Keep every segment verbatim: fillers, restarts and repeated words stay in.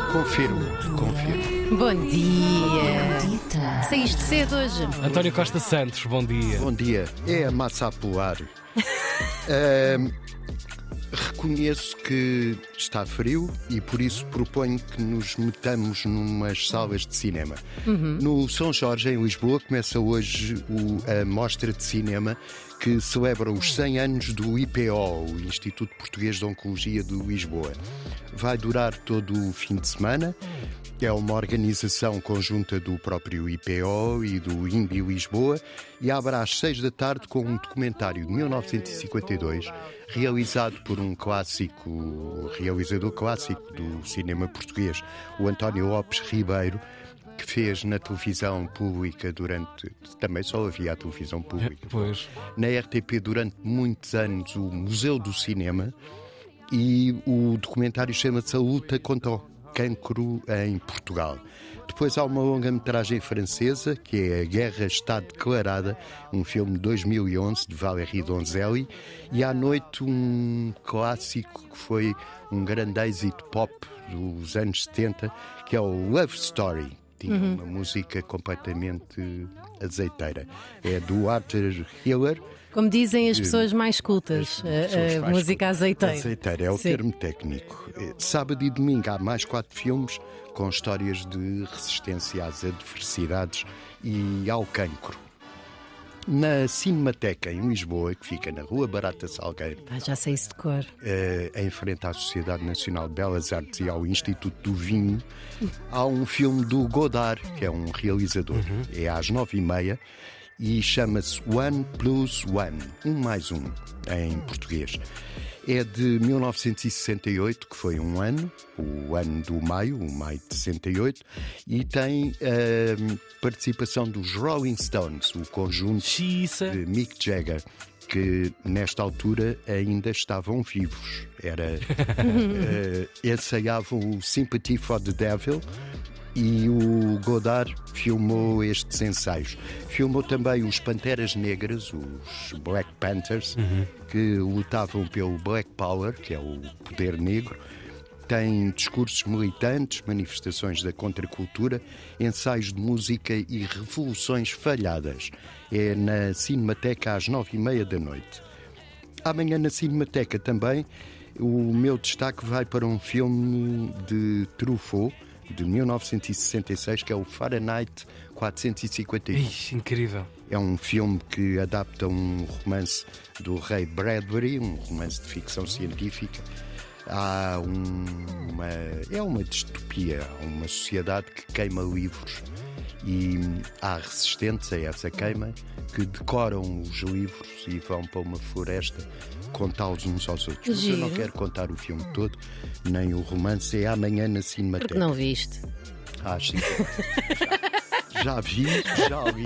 Confirmo, confirmo. Bom dia! Saíste cedo hoje? António Costa Santos, bom dia. Bom dia. É a massa a pular. Ahm, reconheço que está frio e por isso proponho que nos metamos numas salas de cinema. Uhum. No São Jorge, em Lisboa, começa hoje o, a mostra de cinema que celebra os cem anos do I P O, o Instituto Português de Oncologia de Lisboa. Vai durar todo o fim de semana. É uma organização conjunta do próprio I P O e do I N B I Lisboa e abre às seis da tarde com um documentário de mil novecentos e cinquenta e dois realizado por um clássico, realizador clássico do cinema português, o António Lopes Ribeiro, que fez na televisão pública durante... Também só havia a televisão pública. Pois. Na R T P durante muitos anos o Museu do Cinema, e o documentário chama-se A Luta contra o Cancro em Portugal. Depois há uma longa-metragem francesa que é A Guerra Está Declarada, um filme de dois mil e onze de Valérie Donzelli, e à noite um clássico que foi um grande êxito pop dos anos setenta, que é o Love Story. Tinha uhum. uma música completamente azeiteira. É do Arthur Hiller. Como dizem as pessoas mais cultas, a, a música cultas. azeiteira. Azeiteira é o Sim. termo técnico. Sábado e domingo há mais quatro filmes com histórias de resistência às adversidades e ao cancro. Na Cinemateca, em Lisboa, que fica na Rua Barata Salgueiro, ah, já sei isso de cor, uh, em frente à Sociedade Nacional de Belas Artes e ao Instituto do Vinho, há um filme do Godard, que é um realizador. Uhum. É às nove e meia e chama-se One Plus One, um mais um, em português. É de mil novecentos e sessenta e oito, que foi um ano, o ano do maio, o maio de sessenta e oito, e tem a uh, participação dos Rolling Stones, o conjunto Xisa. de Mick Jagger, que nesta altura ainda estavam vivos. Era, uh, ensaiavam o Sympathy for the Devil, e o Godard filmou estes ensaios. Filmou também os Panteras Negras, os Black Panthers, uhum. que lutavam pelo Black Power, que é o poder negro. Tem discursos militantes, manifestações da contracultura, ensaios de música e revoluções falhadas. É na Cinemateca às nove e meia da noite. Amanhã na Cinemateca também o meu destaque vai para um filme de Truffaut, de mil novecentos e sessenta e seis, que é o Fahrenheit quatrocentos e cinquenta e um. Ixi, incrível. É um filme que adapta um romance do Ray Bradbury, um romance de ficção científica. Há um, uma, é uma distopia, uma sociedade que queima livros e há resistentes a essa queima que decoram os livros e vão para uma floresta contá-los uns aos outros. Mas eu não quero contar o filme todo, nem o romance. É amanhã na Cinemateca. Porque não viste? Ah, sim. já, já vi, já vi.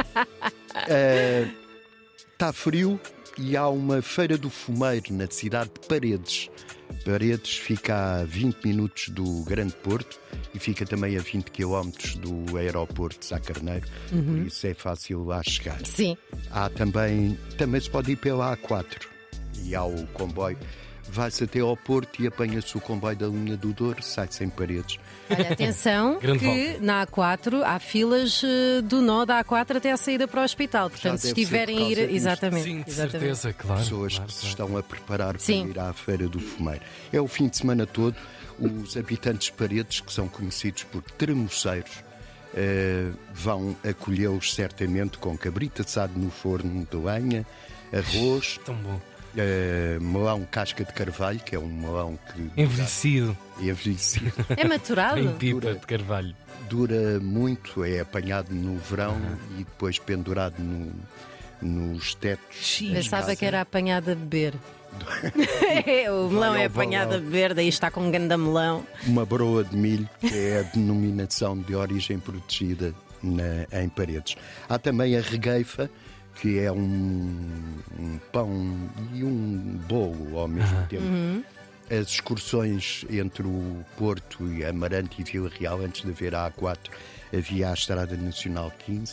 Está uh, frio e há uma feira do fumeiro na cidade de Paredes. Paredes fica a vinte minutos do Grande Porto e fica também a vinte quilómetros do aeroporto de Sá Carneiro, uhum. por isso é fácil lá chegar. Sim. Há também, também se pode ir pela A quatro e há o comboio. Vai-se até ao Porto e apanha-se o comboio da linha do Douro, sai-se em Paredes. Olha, atenção que volta. Na A quatro há filas uh, do nó da A quatro até a saída para o hospital. Portanto, se estiverem a ir... Disto. Exatamente. Sim, de exatamente. certeza, claro. Pessoas claro, que se claro. estão a preparar Sim. para ir à Feira do Fumeiro. É o fim de semana todo. Os habitantes de Paredes, que são conhecidos por tremoceiros, uh, vão acolhê-los certamente com cabrito assado no forno de lenha, arroz... Tão bom. Uh, melão casca de carvalho, que é um melão que... Envelhecido. É envelhecido. É maturado? Em pipa Dura, de carvalho. Dura muito, é apanhado no verão uhum. e depois pendurado no, nos tetos. Pensava que era apanhado a beber. O melão é apanhado a beber, daí está com um grande melão. Uma broa de milho, que é a denominação de origem protegida na, em Paredes. Há também a regueifa, que é um, um pão e um bolo ao mesmo uhum. tempo. Uhum. As excursões entre o Porto e Amarante e Vila Real, antes de haver a A quatro, havia a Estrada Nacional quinze,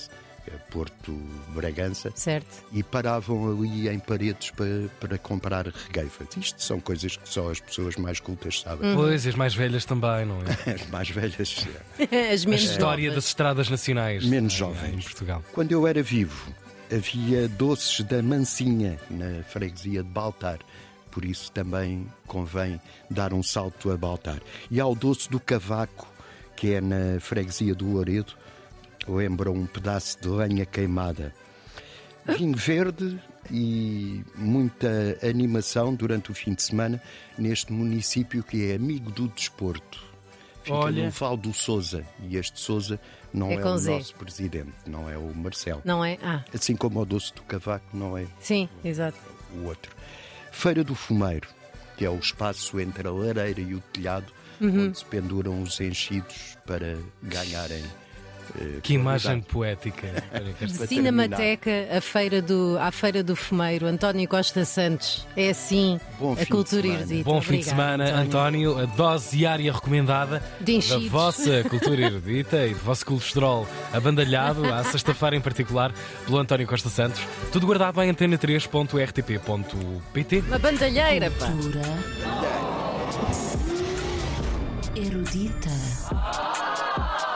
Porto Bragança, certo. E paravam ali em Paredes para, para comprar regueifas. Isto são coisas que só as pessoas mais cultas sabem. Uhum. Pois, e as mais velhas também, não é? As mais velhas. As menos A história novas. das estradas nacionais. Menos em, jovens. Em Portugal. Quando eu era vivo, havia doces da Mansinha na freguesia de Baltar. Por isso também convém dar um salto a Baltar. E há o doce do Cavaco, que é na freguesia do Louredo. Lembra um pedaço de lenha queimada. Vinho verde e muita animação durante o fim de semana neste município que é amigo do desporto. Fica Olha. no Val do Sousa. E este Sousa não É é, com o Z. nosso presidente, não é o Marcelo. Não é? Ah, Assim como o doce do Cavaco não é sim, exato. o outro. Feira do Fumeiro, que é o espaço entre a lareira e o telhado, Uhum. onde se penduram os enchidos para ganharem. eh, Que imagem qualidade. poética. Olha, que esta- Para Cinemateca, a feira do, à Feira do Fumeiro, António Costa Santos. É assim Bom fim a de cultura semana. erudita. Bom fim de Obrigada, semana, António. A dose diária recomendada De da enchidos. vossa cultura erudita e do vosso colesterol abandalhado, à sexta-feira em particular, pelo António Costa Santos. Tudo guardado em antena três ponto r t p ponto p t. Uma bandalheira, pá. Cultura erudita.